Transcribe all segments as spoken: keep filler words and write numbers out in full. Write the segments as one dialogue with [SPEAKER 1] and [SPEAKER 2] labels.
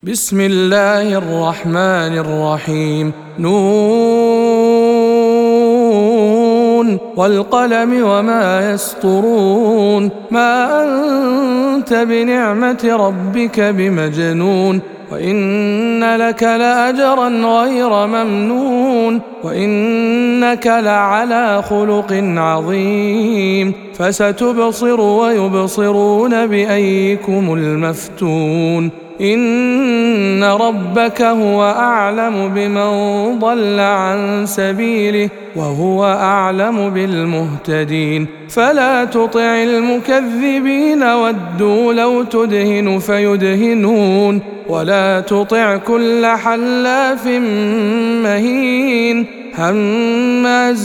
[SPEAKER 1] بسم الله الرحمن الرحيم. نون والقلم وما يسطرون. ما أنت بنعمة ربك بمجنون. وإن لك لأجرا غير ممنون. وإنك لعلى خلق عظيم. فستبصر ويبصرون بأيكم المفتون. إن ربك هو أعلم بمن ضل عن سبيله وهو أعلم بالمهتدين. فلا تطع المكذبين ودوا لو تدهن فيدهنون. ولا تطع كل حلاف مهين هماز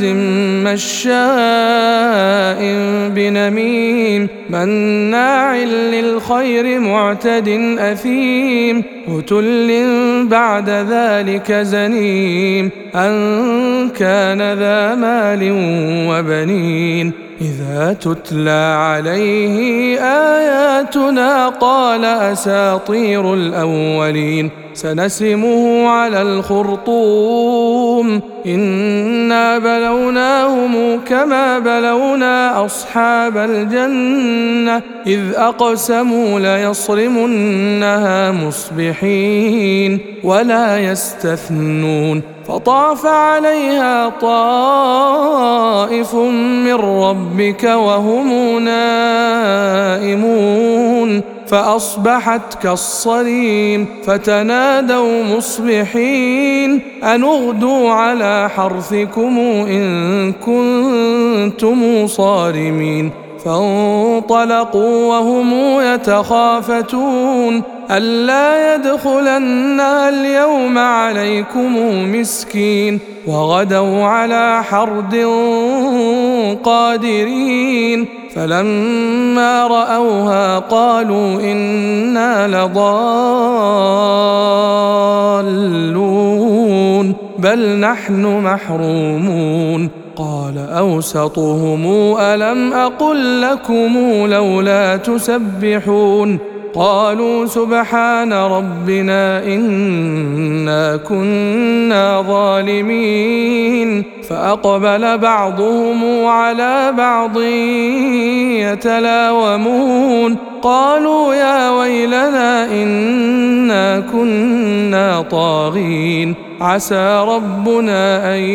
[SPEAKER 1] مشاء بنميم مناع للخير معتد أثيم عتل بعد ذلك زنيم أن كان ذا مال وبنين. إذا تتلى عليه آياتنا قال أساطير الأولين. سنسمه على الخرطوم. إنا بلوناهم كما بلونا أصحاب الجنة إذ أقسموا ليصرمنها مصبحين ولا يستثنون. فطاف عليها طائف من ربك وهم نائمون فأصبحت كالصريم. فتنادوا مصبحين أن اغدوا على حرثكم إن كنتم صارمين. فانطلقوا وهم يتخافتون ألا يدخلنها اليوم عليكم مسكين. وغدوا على حرد قادرين. فلما رأوها قالوا إنا لضالون بل نحن محرومون. قال أوسطهم ألم أقل لكم لولا تسبحون. قالوا سبحان ربنا إنا كنا ظالمين. فأقبل بعضهم على بعض يتلاومون قالوا يا ويلنا إنا كنا طاغين. عسى ربنا أن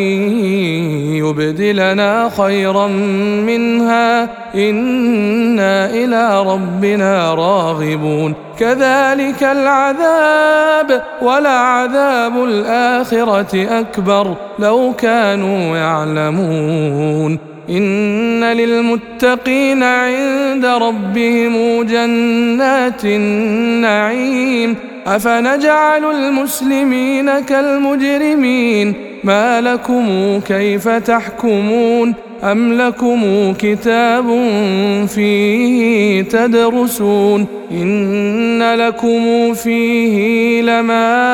[SPEAKER 1] يبدلنا خيرا منها إنا إلى ربنا راغبون. كذلك العذاب ولعذاب الآخرة أكبر لو كانوا يعلمون. إن للمتقين عند ربهم جنات النعيم. أفنجعل المسلمين كالمجرمين ما لكم كيف تحكمون. أم لكم كتاب فيه تدرسون إن لكم فيه لما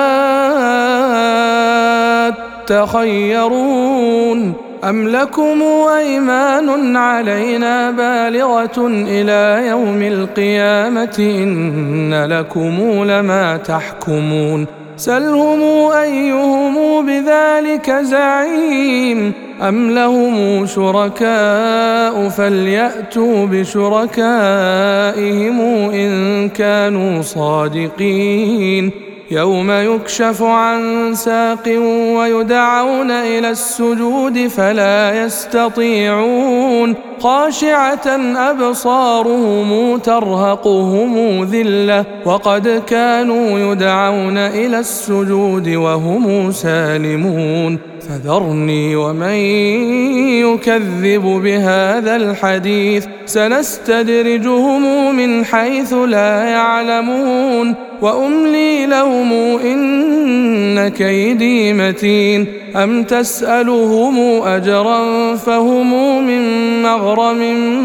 [SPEAKER 1] تخيرون. أم لكم أيمان علينا بالغة إلى يوم القيامة إن لكم لما تحكمون. سلهم أيهم بذلك زعيم. أم لهم شركاء فليأتوا بشركائهم إن كانوا صادقين. يوم يكشف عن ساق ويدعون إلى السجود فلا يستطيعون. خاشعة أبصارهم ترهقهم ذلة وقد كانوا يدعون إلى السجود وهم سالمون. فذرني ومن يكذب بهذا الحديث سنستدرجهم من حيث لا يعلمون وأملي لهم إن كيدي متين. أم تسألهم أجرا فهم من مغرم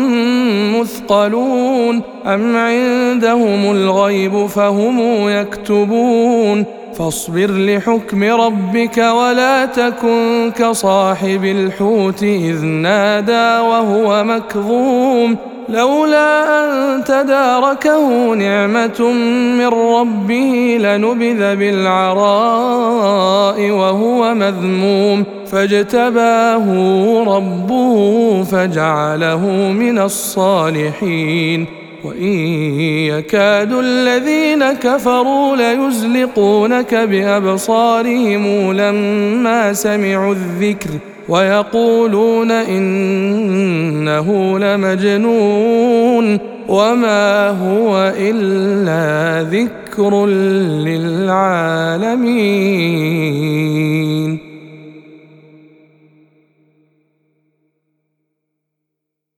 [SPEAKER 1] مثقلون. أم عندهم الغيب فهم يكتبون. فاصبر لحكم ربك ولا تكن كصاحب الحوت إذ نادى وهو مكظوم لولا أن تداركه نعمة من ربه لنبذ بالعراء وهو مذموم فاجتباه ربه فجعله من الصالحين وإن يكاد الذين كفروا ليزلقونك بأبصارهم لما سمعوا الذكر ويقولون إنه لمجنون وما هو إلا ذكر للعالمين.